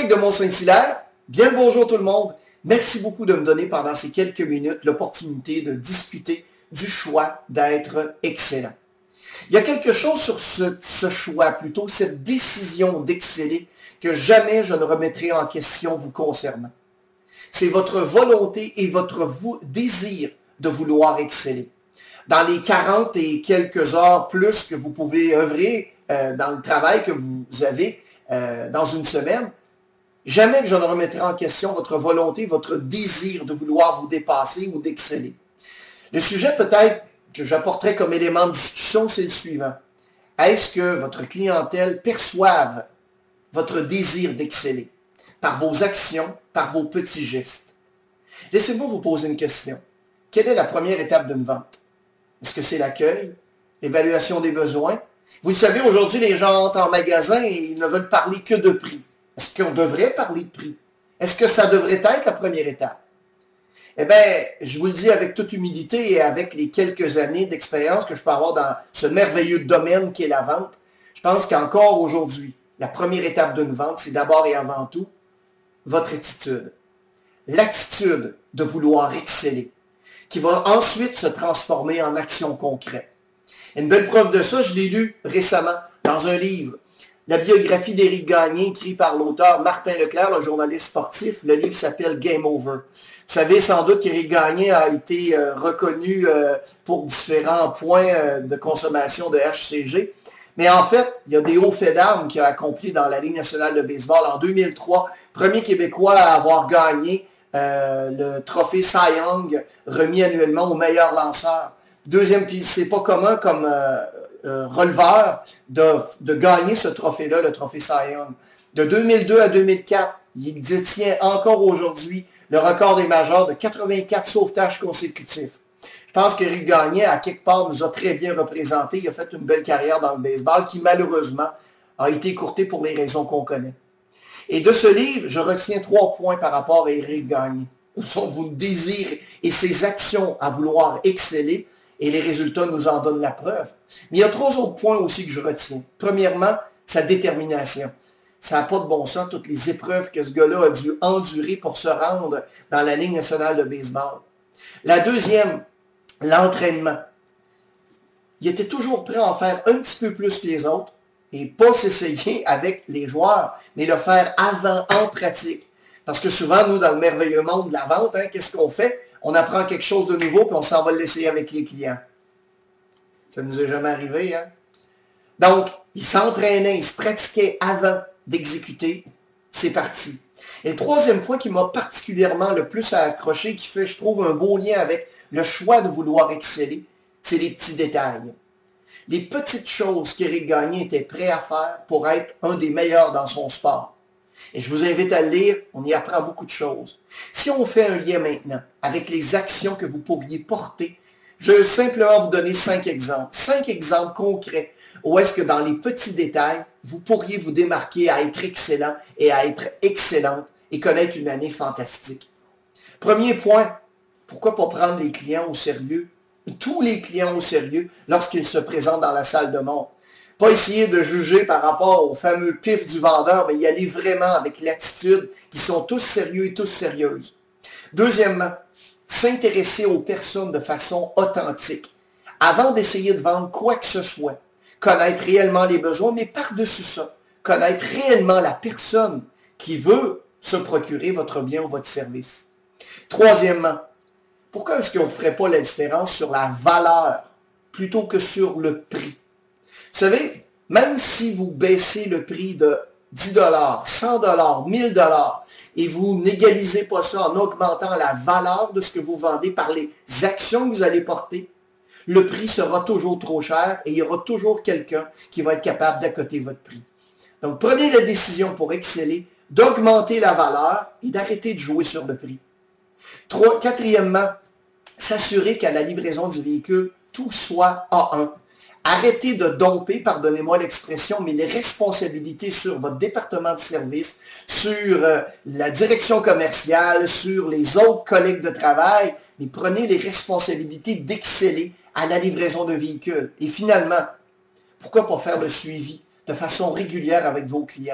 Frank de Mont-Saint-Hilaire. Bien le bonjour tout le monde. Merci beaucoup de me donner pendant ces quelques minutes l'opportunité de discuter du choix d'être excellent. Il y a quelque chose sur ce choix, plutôt cette décision d'exceller, que jamais je ne remettrai en question vous concernant. C'est votre volonté et votre désir de vouloir exceller. Dans les 40 et quelques heures plus que vous pouvez œuvrer dans le travail que vous avez dans une semaine, jamais que je ne remettrai en question votre volonté, votre désir de vouloir vous dépasser ou d'exceller. Le sujet peut-être que j'apporterai comme élément de discussion, c'est le suivant. Est-ce que votre clientèle perçoive votre désir d'exceller par vos actions, par vos petits gestes? Laissez-moi vous poser une question. Quelle est la première étape d'une vente? Est-ce que c'est l'accueil, l'évaluation des besoins? Vous le savez, aujourd'hui, les gens entrent en magasin et ils ne veulent parler que de prix. Est-ce qu'on devrait parler de prix? Est-ce que ça devrait être la première étape? Eh bien, je vous le dis avec toute humilité et avec les quelques années d'expérience que je peux avoir dans ce merveilleux domaine qui est la vente, je pense qu'encore aujourd'hui, la première étape d'une vente, c'est d'abord et avant tout votre attitude. L'attitude de vouloir exceller, qui va ensuite se transformer en action concrète. Une belle preuve de ça, je l'ai lu récemment dans un livre. La biographie d'Éric Gagné, écrite par l'auteur Martin Leclerc, le journaliste sportif. Le livre s'appelle Game Over. Vous savez sans doute qu'Éric Gagné a été reconnu pour différents points de consommation de HCG. Mais en fait, il y a des hauts faits d'armes qu'il a accomplis dans la Ligue nationale de baseball en 2003. Premier Québécois à avoir gagné le trophée Cy Young remis annuellement au meilleur lanceur. Deuxième, puis c'est pas commun comme releveur de gagner ce trophée-là, le trophée Cy Young. De 2002 à 2004, il détient encore aujourd'hui le record des majors de 84 sauvetages consécutifs. Je pense qu'Éric Gagné, à quelque part, nous a très bien représenté. Il a fait une belle carrière dans le baseball qui, malheureusement, a été écourtée pour les raisons qu'on connaît. Et de ce livre, je retiens 3 points par rapport à Éric Gagné. Son désir et ses actions à vouloir exceller, et les résultats nous en donnent la preuve. Mais il y a 3 autres points aussi que je retiens. Premièrement, sa détermination. Ça n'a pas de bon sens, toutes les épreuves que ce gars-là a dû endurer pour se rendre dans la Ligue nationale de baseball. La deuxième, l'entraînement. Il était toujours prêt à en faire un petit peu plus que les autres et pas s'essayer avec les joueurs, mais le faire avant, en pratique. Parce que souvent, nous, dans le merveilleux monde de la vente, qu'est-ce qu'on fait? On apprend quelque chose de nouveau, puis on s'en va l'essayer avec les clients. Ça ne nous est jamais arrivé, hein? Donc, il s'entraînait, il se pratiquait avant d'exécuter. C'est parti. Et le troisième point qui m'a particulièrement le plus accroché, qui fait, je trouve, un beau lien avec le choix de vouloir exceller, c'est les petits détails. Les petites choses qu'Éric Gagné était prêt à faire pour être un des meilleurs dans son sport. Et je vous invite à le lire, on y apprend beaucoup de choses. Si on fait un lien maintenant avec les actions que vous pourriez porter, je vais simplement vous donner 5 exemples. 5 exemples concrets où est-ce que dans les petits détails, vous pourriez vous démarquer à être excellent et à être excellente et connaître une année fantastique. Premier point, pourquoi pas prendre les clients au sérieux, tous les clients au sérieux lorsqu'ils se présentent dans la salle de monde. Pas essayer de juger par rapport au fameux pif du vendeur, mais y aller vraiment avec l'attitude qu'ils sont tous sérieux et tous sérieuses. Deuxièmement, s'intéresser aux personnes de façon authentique. Avant d'essayer de vendre quoi que ce soit, connaître réellement les besoins, mais par-dessus ça, connaître réellement la personne qui veut se procurer votre bien ou votre service. Troisièmement, pourquoi est-ce qu'on ne ferait pas la différence sur la valeur plutôt que sur le prix? Vous savez, même si vous baissez le prix de 10 $, 100 $, 1000 $ et vous n'égalisez pas ça en augmentant la valeur de ce que vous vendez par les actions que vous allez porter, le prix sera toujours trop cher et il y aura toujours quelqu'un qui va être capable d'accoter votre prix. Donc, prenez la décision pour exceller, d'augmenter la valeur et d'arrêter de jouer sur le prix. Quatrièmement, s'assurer qu'à la livraison du véhicule, tout soit A1. Arrêtez de domper, pardonnez-moi l'expression, mais les responsabilités sur votre département de service, sur la direction commerciale, sur les autres collègues de travail, mais prenez les responsabilités d'exceller à la livraison de véhicules. Et finalement, pourquoi pas faire le suivi de façon régulière avec vos clients?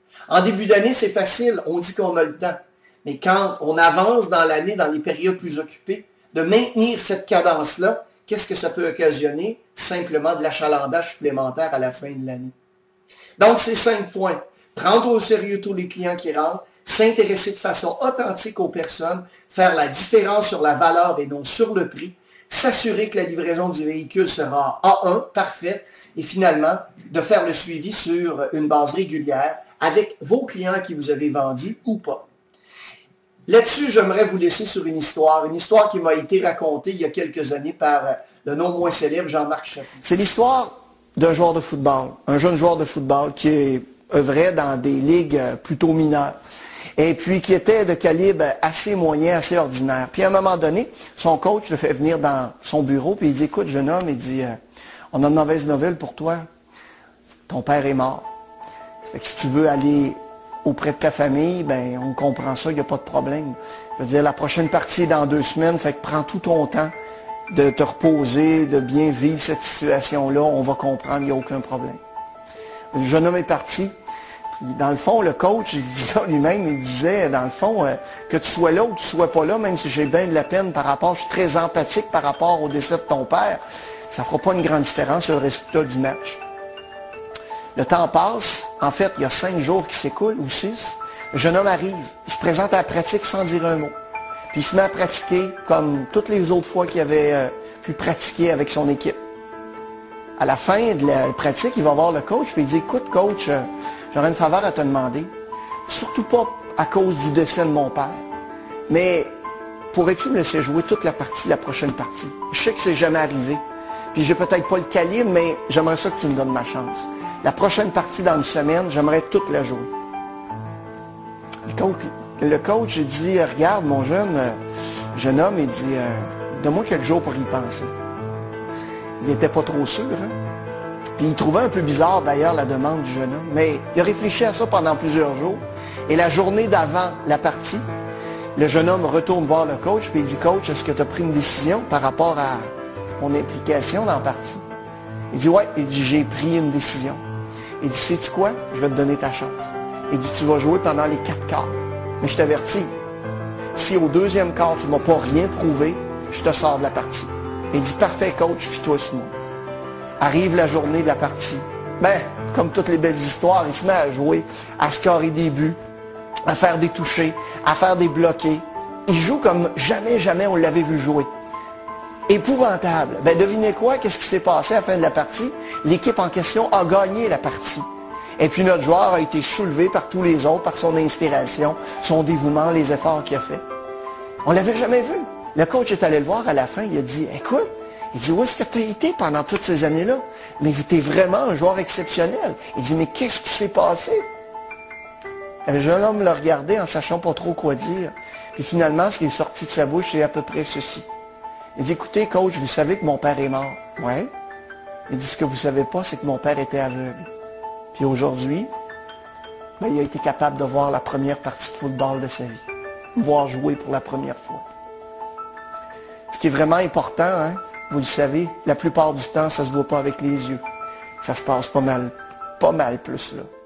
En début d'année, c'est facile, on dit qu'on a le temps. Mais quand on avance dans l'année, dans les périodes plus occupées, de maintenir cette cadence-là, qu'est-ce que ça peut occasionner? Simplement de l'achalandage supplémentaire à la fin de l'année. Donc, c'est 5 points. Prendre au sérieux tous les clients qui rentrent, s'intéresser de façon authentique aux personnes, faire la différence sur la valeur et non sur le prix, s'assurer que la livraison du véhicule sera A1, parfaite, et finalement, de faire le suivi sur une base régulière avec vos clients qui vous avez vendus ou pas. Là-dessus, j'aimerais vous laisser sur une histoire qui m'a été racontée il y a quelques années par le non moins célèbre Jean-Marc Chaput. C'est l'histoire d'un joueur de football, un jeune joueur de football qui œuvrait dans des ligues plutôt mineures et puis qui était de calibre assez moyen, assez ordinaire. Puis à un moment donné, son coach le fait venir dans son bureau puis il dit « Écoute, jeune homme, il dit, on a une mauvaise nouvelle pour toi, ton père est mort. Fait que si tu veux aller auprès de ta famille, ben on comprend ça, il n'y a pas de problème. Je veux dire, la prochaine partie est dans 2 semaines, fait que prends tout ton temps de te reposer, de bien vivre cette situation-là, on va comprendre, il n'y a aucun problème. » Le jeune homme est parti. Puis dans le fond, le coach, il se disait lui-même, il disait, dans le fond, que tu sois là ou que tu ne sois pas là, même si j'ai bien de la peine par rapport, je suis très empathique par rapport au décès de ton père, ça ne fera pas une grande différence sur le résultat du match. Le temps passe. En fait, il y a 5 jours qui s'écoulent, ou 6. Le jeune homme arrive. Il se présente à la pratique sans dire un mot. Puis il se met à pratiquer comme toutes les autres fois qu'il avait pu pratiquer avec son équipe. À la fin de la pratique, il va voir le coach, puis il dit « Écoute, coach, j'aurais une faveur à te demander. Surtout pas à cause du décès de mon père. Mais pourrais-tu me laisser jouer toute la partie, la prochaine partie? Je sais que c'est jamais arrivé. Puis j'ai peut-être pas le calibre, mais j'aimerais ça que tu me donnes ma chance. La prochaine partie dans 1 semaine, j'aimerais toute la jouer. » Le coach il dit, regarde mon jeune homme, il dit, donne-moi quelques jours pour y penser. Il n'était pas trop sûr. Hein? Puis il trouvait un peu bizarre d'ailleurs la demande du jeune homme. Mais il a réfléchi à ça pendant plusieurs jours. Et la journée d'avant la partie, le jeune homme retourne voir le coach, puis il dit, coach, est-ce que tu as pris une décision par rapport à mon implication dans la partie? Il dit, ouais, il dit, j'ai pris une décision. Il dit, sais-tu quoi? Je vais te donner ta chance. Il dit, tu vas jouer pendant les 4 quarts. Mais je t'avertis, si au 2e quart, tu ne m'as pas rien prouvé, je te sors de la partie. Il dit, parfait, coach, fie-toi sur moi. Arrive la journée de la partie. Ben, comme toutes les belles histoires, il se met à jouer, à scorer des buts, à faire des touchés, à faire des bloqués. Il joue comme jamais on l'avait vu jouer. Épouvantable. Ben, devinez quoi? Qu'est-ce qui s'est passé à la fin de la partie? L'équipe en question a gagné la partie. Et puis notre joueur a été soulevé par tous les autres, par son inspiration, son dévouement, les efforts qu'il a fait. On ne l'avait jamais vu. Le coach est allé le voir à la fin, il a dit, écoute, il dit, où est-ce que tu as été pendant toutes ces années-là? Mais tu es vraiment un joueur exceptionnel. Il dit, mais qu'est-ce qui s'est passé? Le jeune homme l'a regardé en sachant pas trop quoi dire. Puis finalement, ce qui est sorti de sa bouche, c'est à peu près ceci. Il dit, écoutez, coach, vous savez que mon père est mort. Ouais. Il dit, ce que vous ne savez pas, c'est que mon père était aveugle. Puis aujourd'hui, ben, il a été capable de voir la première partie de football de sa vie. Voir jouer pour la première fois. Ce qui est vraiment important, hein, vous le savez, la plupart du temps, ça ne se voit pas avec les yeux. Ça se passe pas mal plus là.